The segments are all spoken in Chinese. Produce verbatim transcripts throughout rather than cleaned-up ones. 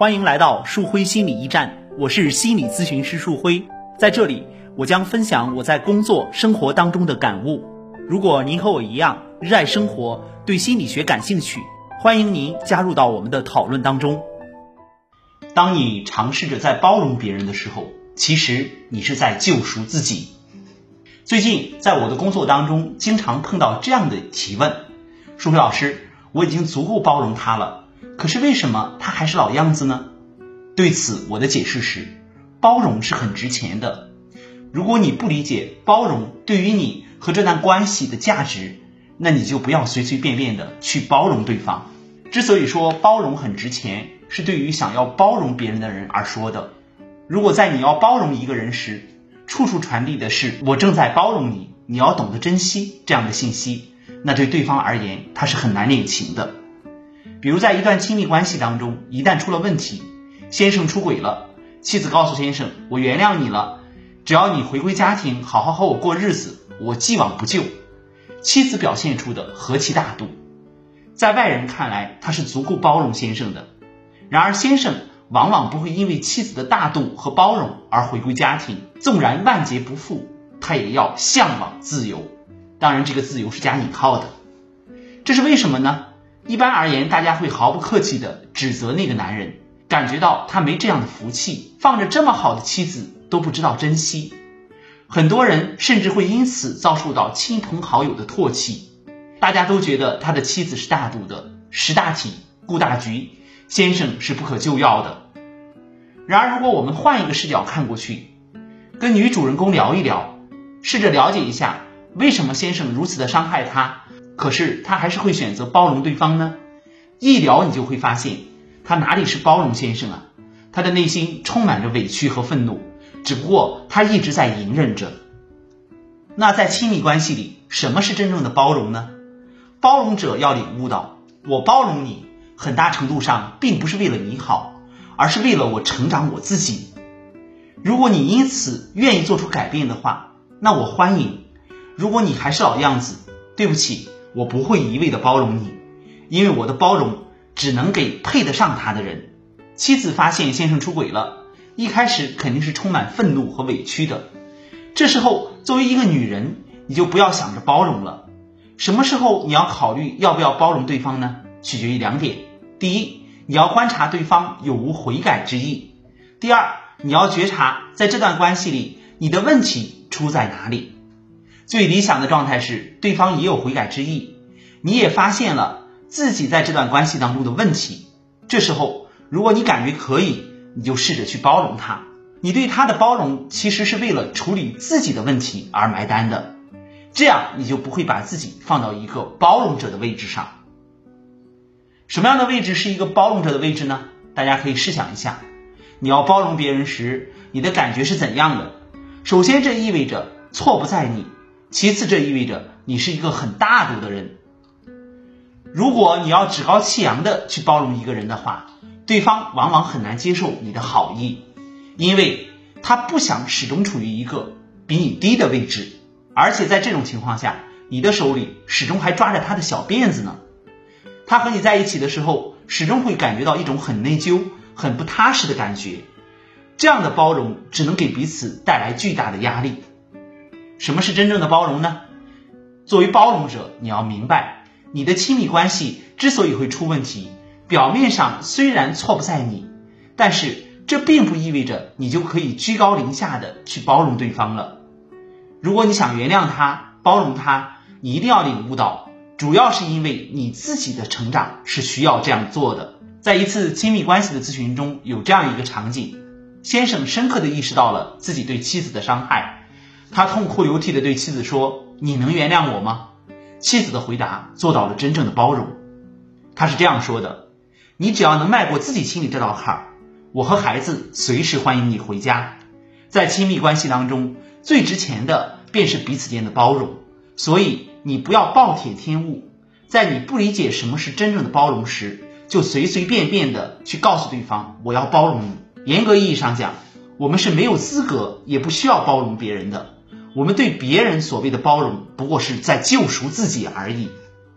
欢迎来到树辉心理驿站，我是心理咨询师树辉。在这里，我将分享我在工作生活当中的感悟。如果您和我一样热爱生活，对心理学感兴趣，欢迎您加入到我们的讨论当中。当你尝试着在包容别人的时候，其实你是在救赎自己。最近在我的工作当中，经常碰到这样的提问：树辉老师，我已经足够包容他了，可是为什么他还是老样子呢？对此我的解释是，包容是很值钱的。如果你不理解包容对于你和这段关系的价值，那你就不要随随便便的去包容对方。之所以说包容很值钱，是对于想要包容别人的人而说的。如果在你要包容一个人时，处处传递的是我正在包容你，你要懂得珍惜这样的信息，那对对方而言他是很难领情的。比如在一段亲密关系当中，一旦出了问题，先生出轨了，妻子告诉先生，我原谅你了，只要你回归家庭，好好和我过日子，我既往不咎。妻子表现出的何其大度，在外人看来他是足够包容先生的，然而先生往往不会因为妻子的大度和包容而回归家庭，纵然万劫不复，他也要向往自由。当然这个自由是加引号的。这是为什么呢？一般而言，大家会毫不客气地指责那个男人，感觉到他没这样的福气，放着这么好的妻子都不知道珍惜。很多人甚至会因此遭受到亲朋好友的唾弃，大家都觉得他的妻子是大度的，识大体，顾大局，先生是不可救药的。然而如果我们换一个视角看过去，跟女主人公聊一聊，试着了解一下为什么先生如此的伤害她，可是他还是会选择包容对方呢？一聊你就会发现，他哪里是包容先生啊，他的内心充满着委屈和愤怒，只不过他一直在隐忍着。那在亲密关系里，什么是真正的包容呢？包容者要领悟到，我包容你，很大程度上并不是为了你好，而是为了我成长我自己。如果你因此愿意做出改变的话，那我欢迎。如果你还是老样子，对不起，我不会一味的包容你，因为我的包容只能给配得上他的人。妻子发现先生出轨了，一开始肯定是充满愤怒和委屈的。这时候作为一个女人，你就不要想着包容了。什么时候你要考虑要不要包容对方呢？取决于两点。第一，你要观察对方有无悔改之意。第二，你要觉察在这段关系里你的问题出在哪里。最理想的状态是对方也有悔改之意，你也发现了自己在这段关系当中的问题。这时候如果你感觉可以，你就试着去包容他。你对他的包容其实是为了处理自己的问题而埋单的，这样你就不会把自己放到一个包容者的位置上。什么样的位置是一个包容者的位置呢？大家可以试想一下，你要包容别人时，你的感觉是怎样的？首先这意味着错不在你，其次这意味着你是一个很大度的人。如果你要趾高气扬的去包容一个人的话，对方往往很难接受你的好意，因为他不想始终处于一个比你低的位置，而且在这种情况下，你的手里始终还抓着他的小辫子呢。他和你在一起的时候，始终会感觉到一种很内疚、很不踏实的感觉。这样的包容只能给彼此带来巨大的压力。什么是真正的包容呢？作为包容者，你要明白，你的亲密关系之所以会出问题，表面上虽然错不在你，但是这并不意味着你就可以居高临下的去包容对方了。如果你想原谅他、包容他，你一定要领悟到，主要是因为你自己的成长是需要这样做的。在一次亲密关系的咨询中，有这样一个场景，先生深刻地意识到了自己对妻子的伤害，他痛哭流涕地对妻子说，你能原谅我吗？妻子的回答做到了真正的包容。他是这样说的，你只要能迈过自己心里这道坎儿，我和孩子随时欢迎你回家。在亲密关系当中，最值钱的便是彼此间的包容，所以你不要暴殄天物，在你不理解什么是真正的包容时，就随随便便的去告诉对方我要包容你。严格意义上讲，我们是没有资格也不需要包容别人的，我们对别人所谓的包容不过是在救赎自己而已。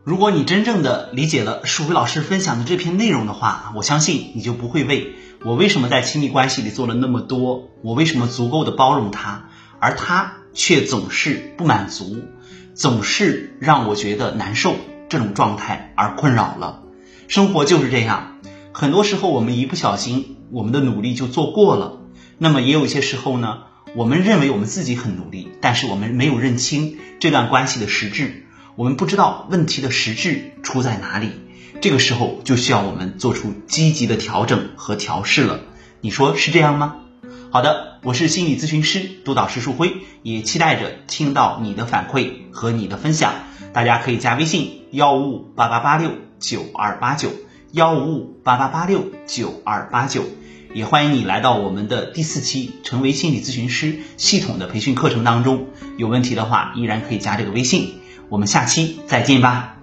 如果你真正的理解了树辉老师分享的这篇内容的话，我相信你就不会为我为什么在亲密关系里做了那么多，我为什么足够的包容他，而他却总是不满足，总是让我觉得难受这种状态而困扰了。生活就是这样，很多时候我们一不小心，我们的努力就做过了。那么也有一些时候呢，我们认为我们自己很努力，但是我们没有认清这段关系的实质，我们不知道问题的实质出在哪里，这个时候就需要我们做出积极的调整和调试了。你说是这样吗？好的，我是心理咨询师督导师树辉，也期待着听到你的反馈和你的分享。大家可以加微信幺五五八八八六九二八九幺五五八八八六九二八九，也欢迎你来到我们的第四期成为心理咨询师系统的培训课程当中。有问题的话依然可以加这个微信，我们下期再见吧。